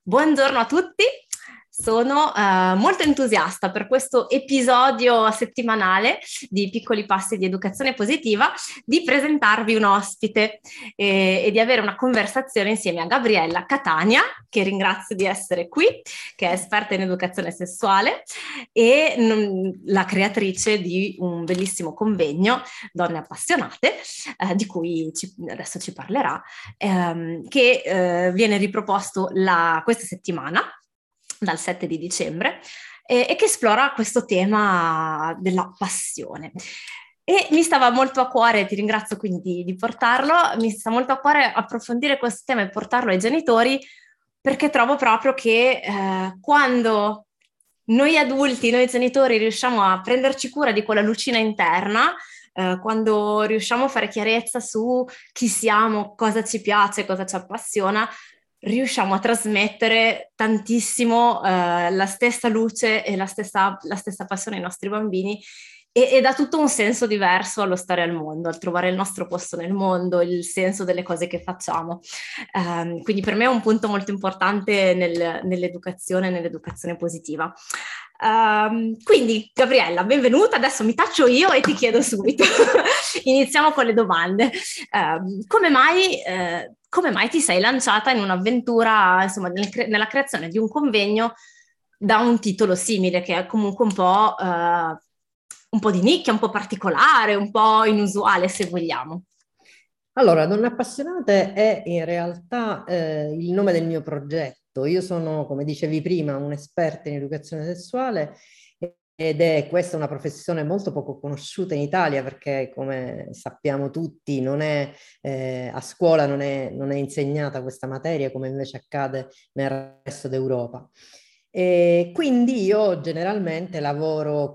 Buongiorno a tutti, sono molto entusiasta per questo episodio settimanale di Piccoli Passi di Educazione Positiva di presentarvi un ospite e di avere una conversazione insieme a Gabriella Catania, che ringrazio di essere qui, che è esperta in educazione sessuale e la creatrice di un bellissimo convegno Donne Appassionate, di cui adesso ci parlerà, che viene riproposto questa settimana, dal 7 di dicembre, e che esplora questo tema della passione. E mi stava molto a cuore, ti ringrazio quindi di portarlo, mi sta molto a cuore approfondire questo tema e portarlo ai genitori, perché trovo proprio che quando noi adulti, noi genitori riusciamo a prenderci cura di quella lucina interna, quando riusciamo a fare chiarezza su chi siamo, cosa ci piace, cosa ci appassiona, riusciamo a trasmettere tantissimo la stessa luce e la stessa passione ai nostri bambini e dà tutto un senso diverso allo stare al mondo, al trovare il nostro posto nel mondo, il senso delle cose che facciamo. Quindi per me è un punto molto importante nell'educazione positiva. Quindi Gabriella, benvenuta, adesso mi taccio io e ti chiedo subito. Iniziamo con le domande. Come mai ti sei lanciata in un'avventura, insomma, nella creazione di un convegno da un titolo simile, che è comunque un po' di nicchia, un po' particolare, un po' inusuale, se vogliamo? Allora, Donne Appassionate è in realtà il nome del mio progetto. Io sono, come dicevi prima, un'esperta in educazione sessuale ed è questa una professione molto poco conosciuta in Italia perché, come sappiamo tutti, a scuola non è insegnata questa materia come invece accade nel resto d'Europa. E quindi io generalmente lavoro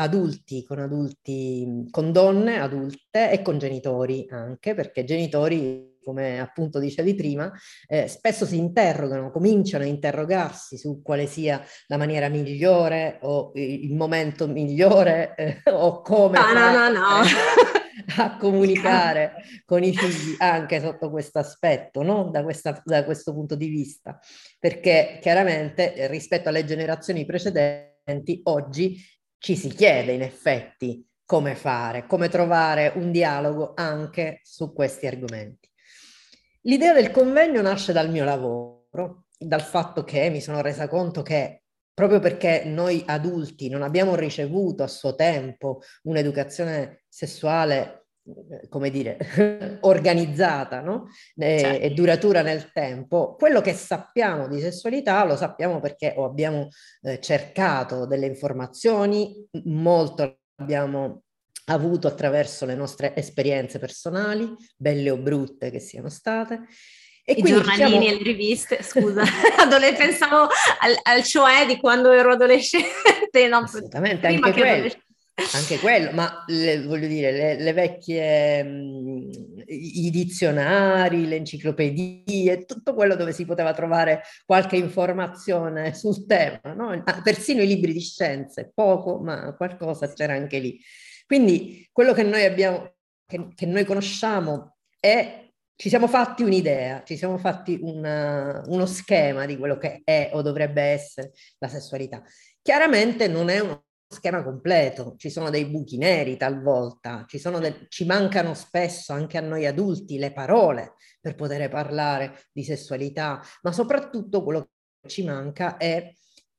con donne adulte e con genitori anche, perché genitori, come appunto dicevi prima, spesso si interrogano, cominciano a interrogarsi su quale sia la maniera migliore o il momento migliore o come No, no, fare no, no. a comunicare con i figli anche sotto questo aspetto, no? Da questo punto di vista, perché chiaramente rispetto alle generazioni precedenti, oggi ci si chiede in effetti come fare, come trovare un dialogo anche su questi argomenti. L'idea del convegno nasce dal mio lavoro, dal fatto che mi sono resa conto che proprio perché noi adulti non abbiamo ricevuto a suo tempo un'educazione sessuale, come dire, organizzata, no? E Certo. duratura nel tempo, quello che sappiamo di sessualità lo sappiamo perché o abbiamo cercato delle informazioni, molto abbiamo avuto attraverso le nostre esperienze personali, belle o brutte che siano state, e I quindi ci giornalini e siamo... le riviste, scusa, pensavo al cioè di quando ero adolescente, no, Assolutamente, prima che adolescente. anche quello, ma voglio dire, le vecchie, i dizionari, le enciclopedie, tutto quello dove si poteva trovare qualche informazione sul tema, no? Ah, persino i libri di scienze, poco, ma qualcosa c'era anche lì. Quindi quello che noi abbiamo, che noi conosciamo è ci siamo fatti un'idea, ci siamo fatti uno schema di quello che è o dovrebbe essere la sessualità. Chiaramente non è uno schema completo, ci sono dei buchi neri talvolta, ci mancano spesso anche a noi adulti le parole per poter parlare di sessualità, ma soprattutto quello che ci manca è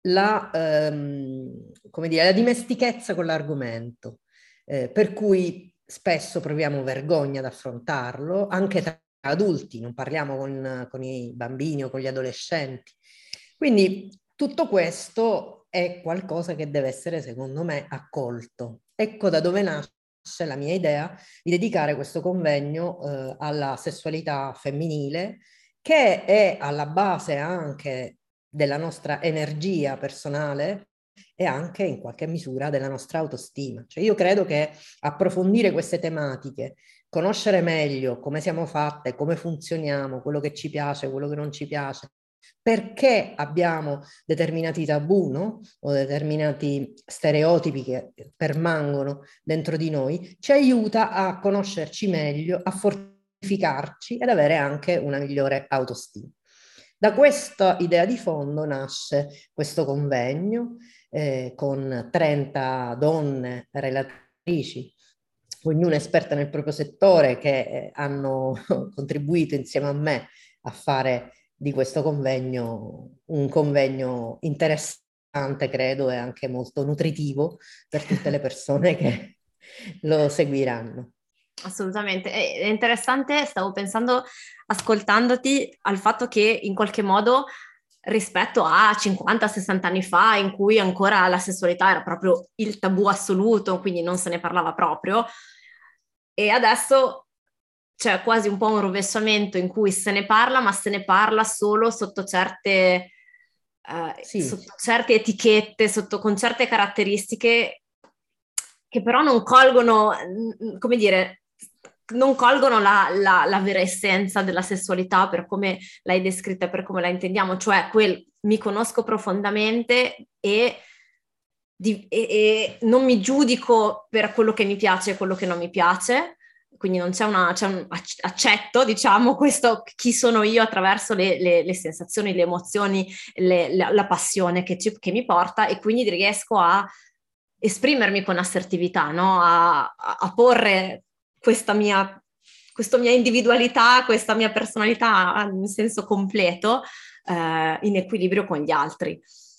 come dire, la dimestichezza con l'argomento, per cui spesso proviamo vergogna ad affrontarlo, anche tra adulti, non parliamo con i bambini o con gli adolescenti. Quindi tutto questo è qualcosa che deve essere, secondo me, accolto. Ecco da dove nasce la mia idea di dedicare questo convegno alla sessualità femminile, che è alla base anche della nostra energia personale e anche in qualche misura della nostra autostima. Cioè io credo che approfondire queste tematiche, conoscere meglio come siamo fatte, come funzioniamo, quello che ci piace, quello che non ci piace, perché abbiamo determinati tabù, no? O determinati stereotipi che permangono dentro di noi, ci aiuta a conoscerci meglio, a fortificarci ed avere anche una migliore autostima. Da questa idea di fondo nasce questo convegno con 30 donne relatrici, ognuna esperta nel proprio settore, che hanno contribuito insieme a me a fare di questo convegno un convegno interessante, credo, e anche molto nutritivo per tutte le persone che lo seguiranno. Assolutamente, è interessante, stavo pensando, ascoltandoti, al fatto che in qualche modo rispetto a 50-60 anni fa, in cui ancora la sessualità era proprio il tabù assoluto, quindi non se ne parlava proprio, e adesso c'è quasi un po' un rovesciamento in cui se ne parla, ma se ne parla solo Sì, sotto certe etichette, con certe caratteristiche che però non colgono, come dire, non colgono la vera essenza della sessualità per come l'hai descritta, per come la intendiamo, cioè quel mi conosco profondamente e non mi giudico per quello che mi piace e quello che non mi piace, quindi non c'è un accetto, diciamo, questo chi sono io attraverso le sensazioni, le emozioni, la passione che mi porta, e quindi riesco a esprimermi con assertività, no? A porre questa mia individualità, questa mia personalità in senso completo, in equilibrio con gli altri.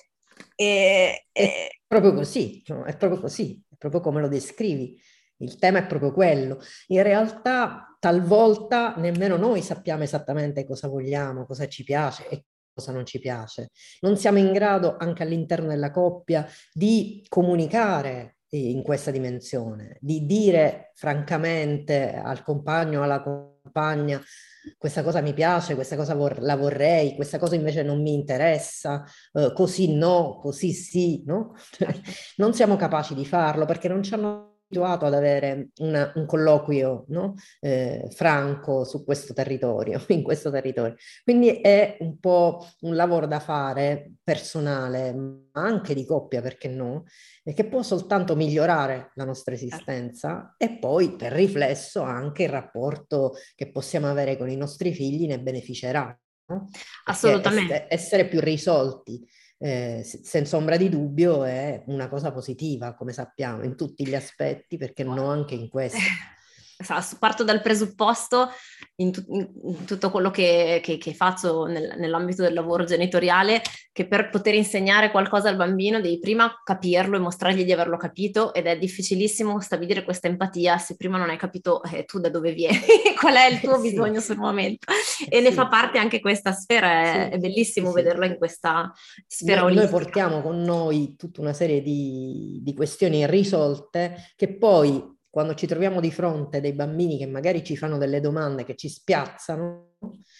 E, è e, proprio così, no? È proprio così, è proprio come lo descrivi. Il tema è proprio quello. In realtà, talvolta nemmeno noi sappiamo esattamente cosa vogliamo, cosa ci piace e cosa non ci piace. Non siamo in grado, anche all'interno della coppia, di comunicare in questa dimensione, di dire francamente al compagno o alla compagna: questa cosa mi piace, questa cosa la vorrei, questa cosa invece non mi interessa, così no, così sì, no? Non siamo capaci di farlo perché non ci hanno abituato ad avere un colloquio, no? Franco su questo territorio, in questo territorio. Quindi è un po' un lavoro da fare personale, ma anche di coppia, perché no? E che può soltanto migliorare la nostra esistenza e poi per riflesso anche il rapporto che possiamo avere con i nostri figli ne beneficerà, no? Perché assolutamente. essere più risolti, senza ombra di dubbio, è una cosa positiva, come sappiamo, in tutti gli aspetti, perché no anche in questo. Parto dal presupposto in tutto quello che faccio nell'ambito del lavoro genitoriale, che per poter insegnare qualcosa al bambino devi prima capirlo e mostrargli di averlo capito, ed è difficilissimo stabilire questa empatia se prima non hai capito tu da dove vieni, qual è il tuo Sì, bisogno sul momento. E ne fa sì. parte anche questa sfera, è Sì, sì, bellissimo sì. vederla in questa sfera Noi olistica. portiamo con noi tutta una serie di questioni irrisolte che poi, quando ci troviamo di fronte dei bambini che magari ci fanno delle domande che ci spiazzano,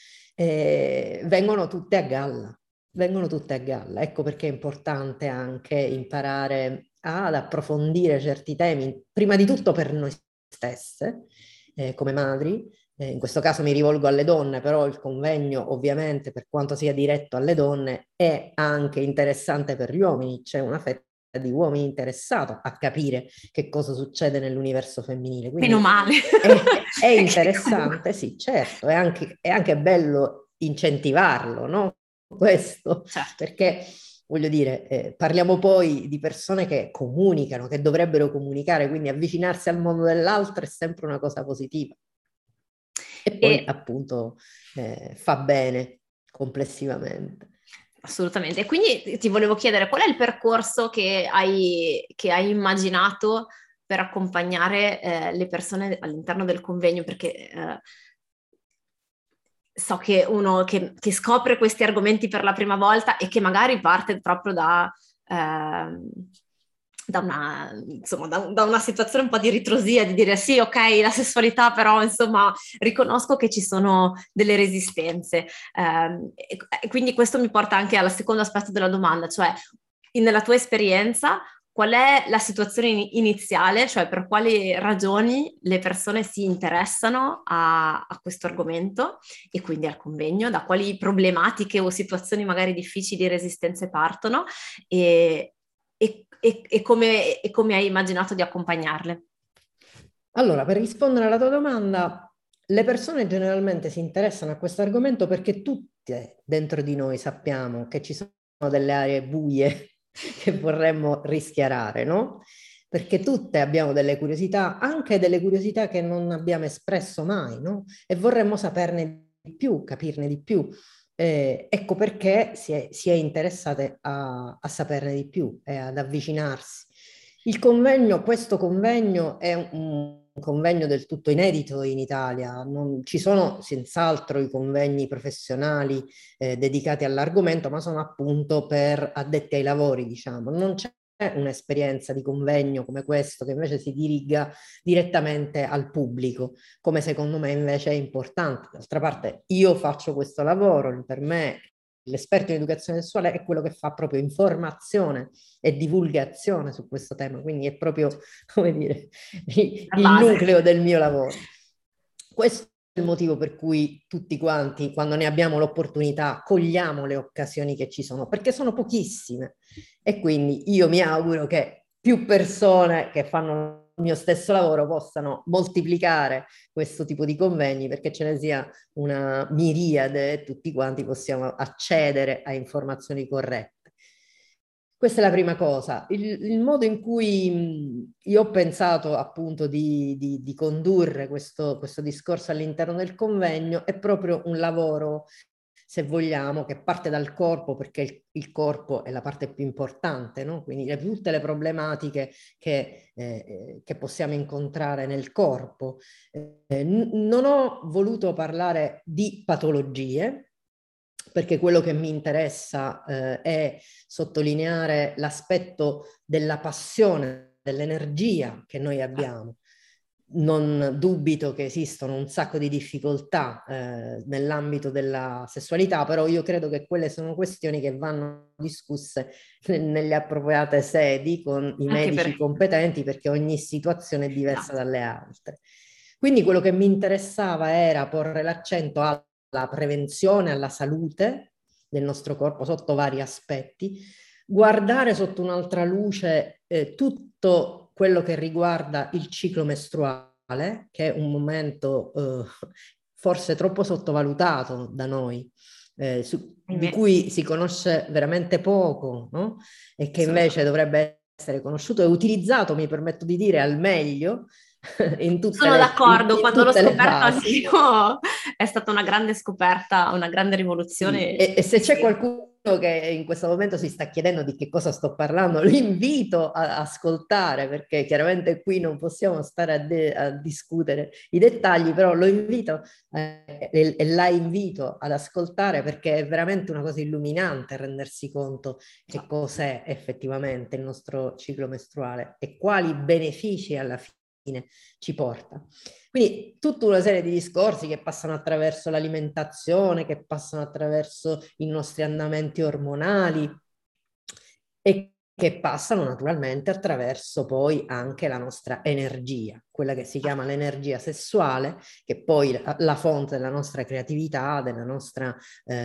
vengono tutte a galla. Vengono tutte a galla. Ecco perché è importante anche imparare ad approfondire certi temi, prima di tutto per noi stesse, come madri. In questo caso mi rivolgo alle donne, però il convegno ovviamente, per quanto sia diretto alle donne, è anche interessante per gli uomini. C'è una fetta di uomini interessato a capire che cosa succede nell'universo femminile. Meno Quindi male. è Che comunque- interessante, sì, certo, è anche bello incentivarlo, no? Questo, Certo. perché voglio dire, parliamo poi di persone che comunicano, che dovrebbero comunicare, quindi avvicinarsi al mondo dell'altro è sempre una cosa positiva. E poi E appunto fa bene complessivamente. assolutamente. E quindi ti volevo chiedere qual è il percorso che hai immaginato per accompagnare le persone all'interno del convegno, perché so che uno che scopre questi argomenti per la prima volta e che magari parte proprio da una situazione un po' di ritrosia, di dire sì, ok, la sessualità, però insomma riconosco che ci sono delle resistenze. E quindi questo mi porta anche al secondo aspetto della domanda, cioè nella tua esperienza qual è la situazione iniziale, cioè per quali ragioni le persone si interessano a questo argomento e quindi al convegno, da quali problematiche o situazioni magari difficili e resistenze partono e come hai immaginato di accompagnarle? Allora, per rispondere alla tua domanda, le persone generalmente si interessano a questo argomento perché tutte dentro di noi sappiamo che ci sono delle aree buie che vorremmo rischiarare, no? Perché tutte abbiamo delle curiosità, anche delle curiosità che non abbiamo espresso mai, no? E vorremmo saperne di più, capirne di più. Ecco perché si è interessate a saperne di più e ad avvicinarsi. Questo convegno è un convegno del tutto inedito in Italia. Non, ci sono senz'altro i convegni professionali dedicati all'argomento, ma sono appunto per addetti ai lavori, diciamo. Non c'è un'esperienza di convegno come questo che invece si diriga direttamente al pubblico, come secondo me invece è importante. D'altra parte io faccio questo lavoro, per me l'esperto in educazione sessuale è quello che fa proprio informazione e divulgazione su questo tema, quindi è proprio, come dire, il nucleo del mio lavoro. Questo è il motivo per cui tutti quanti, quando ne abbiamo l'opportunità, cogliamo le occasioni che ci sono, perché sono pochissime. E quindi io mi auguro che più persone che fanno il mio stesso lavoro possano moltiplicare questo tipo di convegni, perché ce ne sia una miriade e tutti quanti possiamo accedere a informazioni corrette. Questa è la prima cosa. Il modo in cui io ho pensato appunto di condurre questo discorso all'interno del convegno è proprio un lavoro, se vogliamo, che parte dal corpo, perché il corpo è la parte più importante, no? Quindi tutte le problematiche che possiamo incontrare nel corpo. Non ho voluto parlare di patologie, perché quello che mi interessa è sottolineare l'aspetto della passione, dell'energia che noi abbiamo. Non dubito che esistano un sacco di difficoltà nell'ambito della sessualità, però io credo che quelle sono questioni che vanno discusse nelle appropriate sedi con i medici competenti, perché ogni situazione è diversa dalle altre. Quindi quello che mi interessava era porre l'accento alla prevenzione, alla salute del nostro corpo sotto vari aspetti, guardare sotto un'altra luce tutto quello che riguarda il ciclo mestruale, che è un momento forse troppo sottovalutato da noi, di cui si conosce veramente poco, no? E che invece dovrebbe essere conosciuto e utilizzato, mi permetto di dire, al meglio in tutte Sono d'accordo, quando l'ho scoperto anch'io è stata una grande scoperta, una grande rivoluzione. Sì. E se c'è qualcuno che in questo momento si sta chiedendo di che cosa sto parlando, lo invito a ascoltare, perché chiaramente qui non possiamo stare a discutere i dettagli, però lo invito e la invito ad ascoltare, perché è veramente una cosa illuminante rendersi conto che cos'è effettivamente il nostro ciclo mestruale e quali benefici alla fine ci porta. Quindi tutta una serie di discorsi che passano attraverso l'alimentazione, che passano attraverso i nostri andamenti ormonali e che passano naturalmente attraverso poi anche la nostra energia, quella che si chiama l'energia sessuale, che poi è la fonte della nostra creatività, della nostra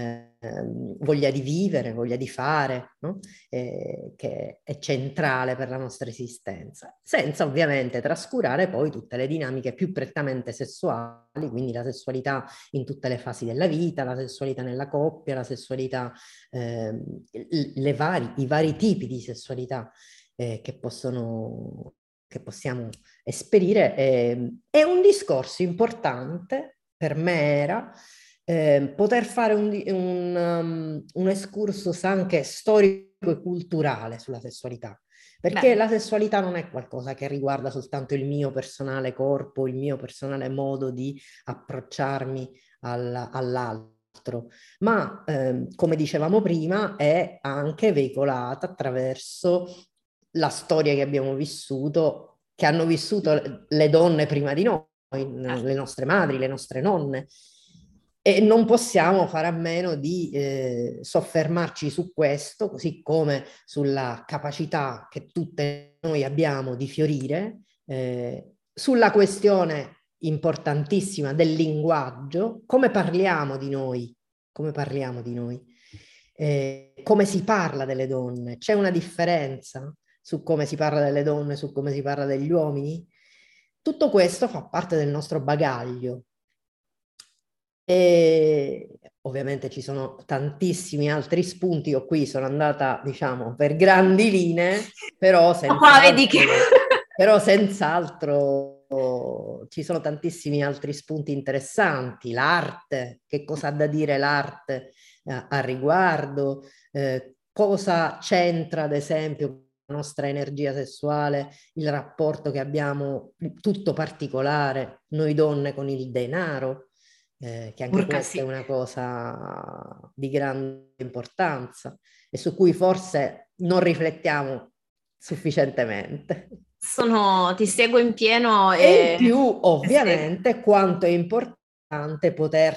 voglia di vivere, voglia di fare, no? Che è centrale per la nostra esistenza, senza ovviamente trascurare poi tutte le dinamiche più prettamente sessuali, quindi la sessualità in tutte le fasi della vita, la sessualità nella coppia, la sessualità, i vari tipi di sessualità che possiamo esperire. È un discorso importante, per me era, poter fare un excursus anche storico e culturale sulla sessualità, perché la sessualità non è qualcosa che riguarda soltanto il mio personale corpo, il mio personale modo di approcciarmi all'altro, ma come dicevamo prima è anche veicolata attraverso la storia che abbiamo vissuto, che hanno vissuto le donne prima di noi, le nostre madri, le nostre nonne. E non possiamo fare a meno di soffermarci su questo, così come sulla capacità che tutte noi abbiamo di fiorire, sulla questione importantissima del linguaggio, come parliamo di noi, come parliamo di noi, come si parla delle donne. C'è una differenza su come si parla delle donne, su come si parla degli uomini? Tutto questo fa parte del nostro bagaglio. E ovviamente ci sono tantissimi altri spunti. Io qui sono andata, diciamo, per grandi linee, però Qua vedi che... senz'altro ci sono tantissimi altri spunti interessanti. L'arte, che cosa ha da dire l'arte a riguardo, cosa c'entra ad esempio la nostra energia sessuale, il rapporto che abbiamo tutto particolare noi donne con il denaro, che anche Urca, questa è sì. una cosa di grande importanza e su cui forse non riflettiamo sufficientemente. Ti seguo in pieno E in e più, sì. ovviamente, quanto è importante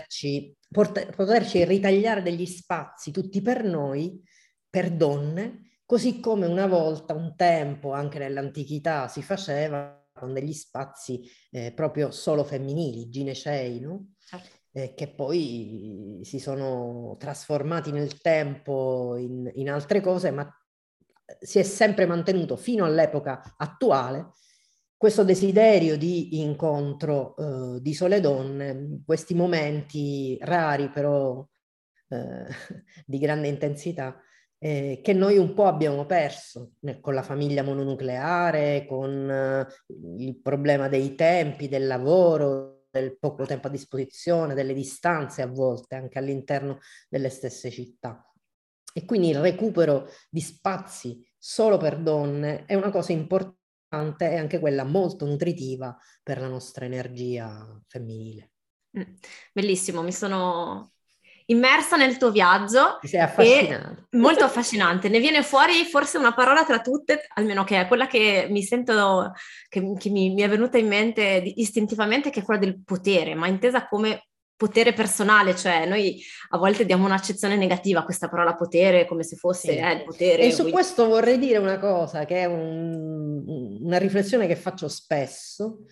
poterci ritagliare degli spazi tutti per noi, per donne, così come una volta, un tempo, anche nell'antichità, si faceva con degli spazi proprio solo femminili, ginecei, no? Certo. Che poi si sono trasformati nel tempo in altre cose, ma si è sempre mantenuto fino all'epoca attuale questo desiderio di incontro di sole donne, questi momenti rari però eh, di grande intensità, che noi un po' abbiamo perso con la famiglia mononucleare, con il problema dei tempi, del lavoro, del poco tempo a disposizione, delle distanze a volte anche all'interno delle stesse città. E quindi il recupero di spazi solo per donne è una cosa importante e anche quella molto nutritiva per la nostra energia femminile. Mm. Bellissimo, mi sono immersa nel tuo viaggio Ti sei e affascinato. molto affascinante. Ne viene fuori forse una parola tra tutte, almeno che è quella che mi sento, che mi è venuta in mente istintivamente, che è quella del potere, ma intesa come potere personale, cioè noi a volte diamo un'accezione negativa a questa parola potere, come se fosse Sì. il E potere. su questo vorrei dire una cosa, che è una riflessione che faccio spesso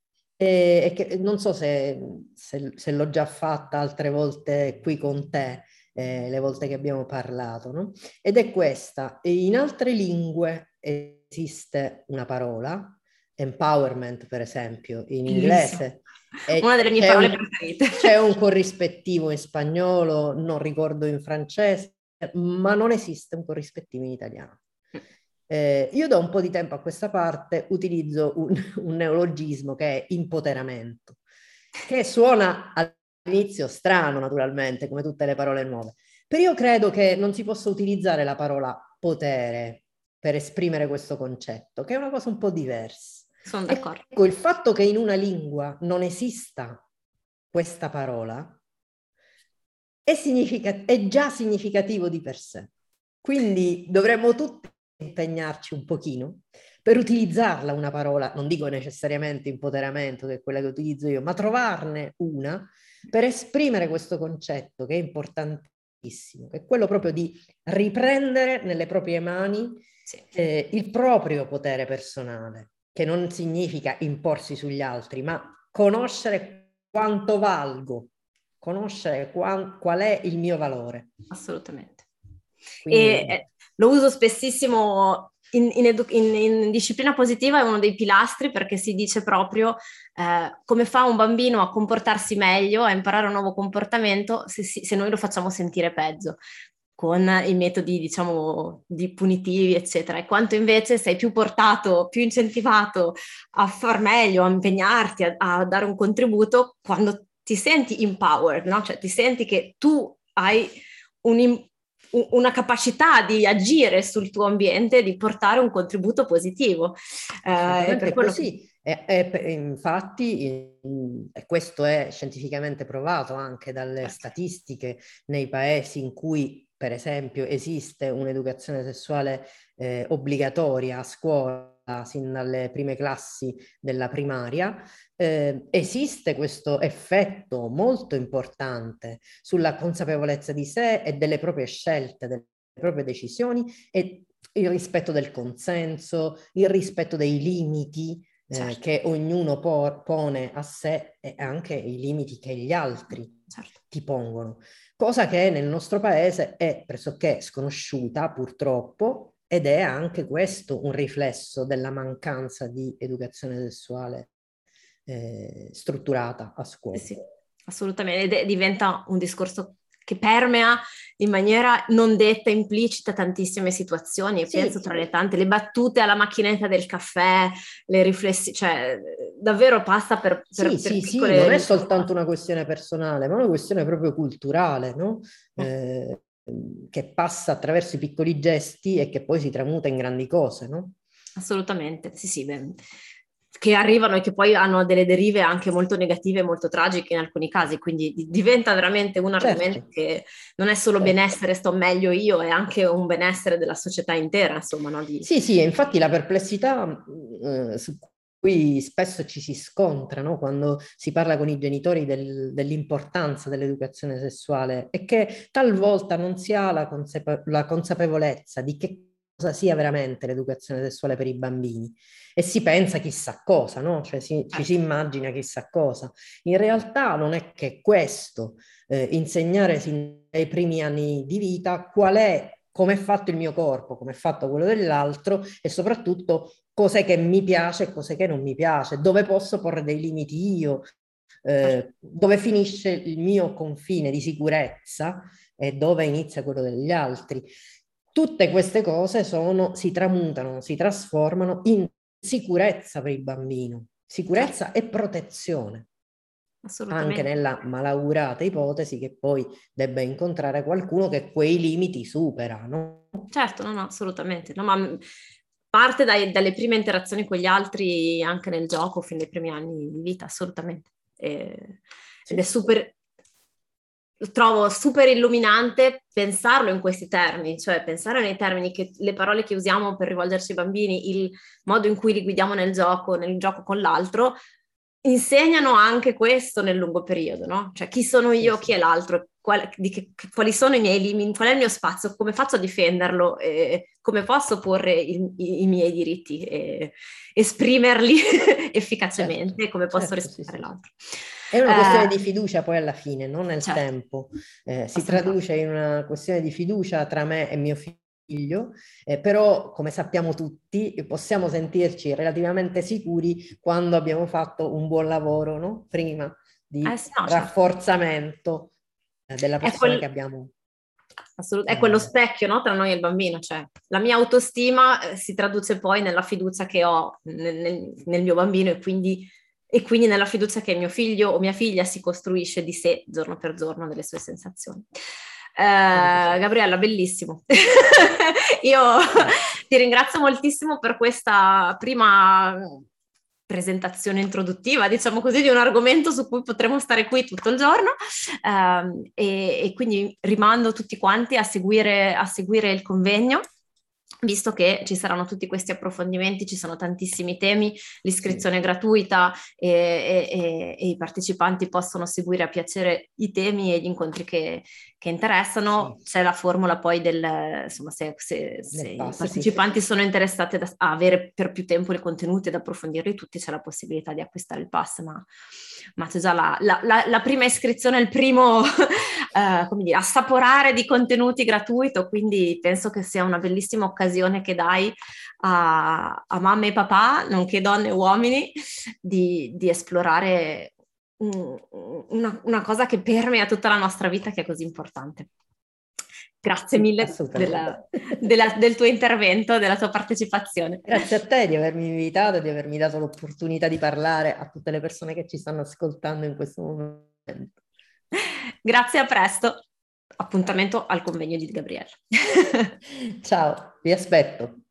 e che non so se l'ho già fatta altre volte qui con te, le volte che abbiamo parlato, no? Ed è questa: in altre lingue esiste una parola, empowerment per esempio, in Bellissimo. inglese, Una e delle mie parole preferite. c'è un corrispettivo in spagnolo, non ricordo in francese, ma non esiste un corrispettivo in italiano. Io da un po' di tempo a questa parte utilizzo un neologismo che è impoteramento, che suona all'inizio strano naturalmente, come tutte le parole nuove, però io credo che non si possa utilizzare la parola potere per esprimere questo concetto, che è una cosa un po' diversa. Sono d'accordo. Ecco, il fatto che in una lingua non esista questa parola è già significativo di per sé. Quindi dovremmo tutti impegnarci un pochino per utilizzarla una parola, non dico necessariamente impoteramento, che è quella che utilizzo io, ma trovarne una per esprimere questo concetto che è importantissimo, che è quello proprio di riprendere nelle proprie mani Sì. il proprio potere personale, che non significa imporsi sugli altri, ma conoscere quanto valgo, conoscere qual è il mio valore. Assolutamente. E Quindi lo uso spessissimo in disciplina positiva, è uno dei pilastri perché si dice proprio come fa un bambino a comportarsi meglio, a imparare un nuovo comportamento se noi lo facciamo sentire peggio con i metodi, diciamo, di punitivi, eccetera, e quanto invece sei più portato, più incentivato a far meglio, a impegnarti, a dare un contributo quando ti senti empowered, no? Cioè ti senti che tu hai una capacità di agire sul tuo ambiente, di portare un contributo positivo. È per assolutamente quello che... così. Infatti, e questo è scientificamente provato anche dalle Certo. statistiche nei paesi in cui, per esempio, esiste un'educazione sessuale obbligatoria a scuola sin dalle prime classi della primaria, esiste questo effetto molto importante sulla consapevolezza di sé e delle proprie scelte, delle proprie decisioni e il rispetto del consenso, il rispetto dei limiti Certo, che ognuno pone a sé e anche i limiti che gli altri certo. ti pongono, cosa che nel nostro paese è pressoché sconosciuta purtroppo ed è anche questo un riflesso della mancanza di educazione sessuale strutturata a scuola. Sì. Assolutamente, ed diventa un discorso che permea in maniera non detta, implicita tantissime situazioni, e penso tra le tante, le battute alla macchinetta del caffè, le riflessioni, cioè davvero passa per sì, non è soltanto una questione personale, ma una questione proprio culturale, no? Che passa attraverso i piccoli gesti e che poi si tramuta in grandi cose, no? Assolutamente, sì, beh, che arrivano e che poi hanno delle derive anche molto negative e molto tragiche in alcuni casi, quindi diventa veramente un argomento che non è solo benessere, sto meglio io, è anche un benessere della società intera, insomma, no? Sì, infatti la perplessità su cui spesso ci si scontra, no? Quando si parla con i genitori dell'importanza dell'educazione sessuale è che talvolta non si ha la consapevolezza di che cosa sia veramente l'educazione sessuale per i bambini e si pensa chissà cosa, no? Cioè ci si immagina chissà cosa. In realtà non è che questo, insegnare sin dai primi anni di vita qual è, come è fatto il mio corpo, come è fatto quello dell'altro e soprattutto cos'è che mi piace e cos'è che non mi piace, dove posso porre dei limiti io, dove finisce il mio confine di sicurezza e dove inizia quello degli altri. Tutte queste cose si tramutano, si trasformano in sicurezza per il bambino, sicurezza e protezione. Anche nella malaugurata ipotesi che poi debba incontrare qualcuno che quei limiti supera, no? Certo, no, assolutamente. No, ma parte dalle prime interazioni con gli altri anche nel gioco, fin dai primi anni di vita, assolutamente. Ed è super, lo trovo super illuminante pensarlo in questi termini, cioè pensare nei termini che le parole che usiamo per rivolgerci ai bambini, il modo in cui li guidiamo nel gioco con l'altro, insegnano anche questo nel lungo periodo, no? Cioè chi sono io, chi è l'altro, quali sono i miei limiti, qual è il mio spazio, come faccio a difenderlo, come posso porre i miei diritti e esprimerli efficacemente, come posso rispettare l'altro. È una questione di fiducia poi alla fine, non nel tempo. Si Assolutamente. traduce in una questione di fiducia tra me e mio figlio, però come sappiamo tutti possiamo sentirci relativamente sicuri quando abbiamo fatto un buon lavoro, no? Prima di rafforzamento della persona che abbiamo. È quello specchio, no, tra noi e il bambino, cioè la mia autostima si traduce poi nella fiducia che ho nel mio bambino e quindi nella fiducia che mio figlio o mia figlia si costruisce di sé giorno per giorno, delle sue sensazioni. Gabriella, bellissimo. Io ti ringrazio moltissimo per questa prima presentazione introduttiva, diciamo così, di un argomento su cui potremo stare qui tutto il giorno, e quindi rimando tutti quanti a seguire il convegno, visto che ci saranno tutti questi approfondimenti, ci sono tantissimi temi, l'iscrizione è gratuita e i partecipanti possono seguire a piacere i temi e gli incontri che interessano. C'è la formula poi insomma, se i partecipanti sono interessati a avere per più tempo i contenuti ed approfondirli tutti, c'è la possibilità di acquistare il pass, ma c'è già la prima iscrizione, il primo come dire, assaporare di contenuti gratuito, quindi penso che sia una bellissima occasione che dai a mamme e papà, nonché donne e uomini, di esplorare una cosa che permea tutta la nostra vita, che è così importante. Grazie mille del tuo intervento, della tua partecipazione. Grazie a te di avermi invitato, di avermi dato l'opportunità di parlare a tutte le persone che ci stanno ascoltando in questo momento. Grazie, a presto. Appuntamento al convegno di Gabriella. Ciao, vi aspetto.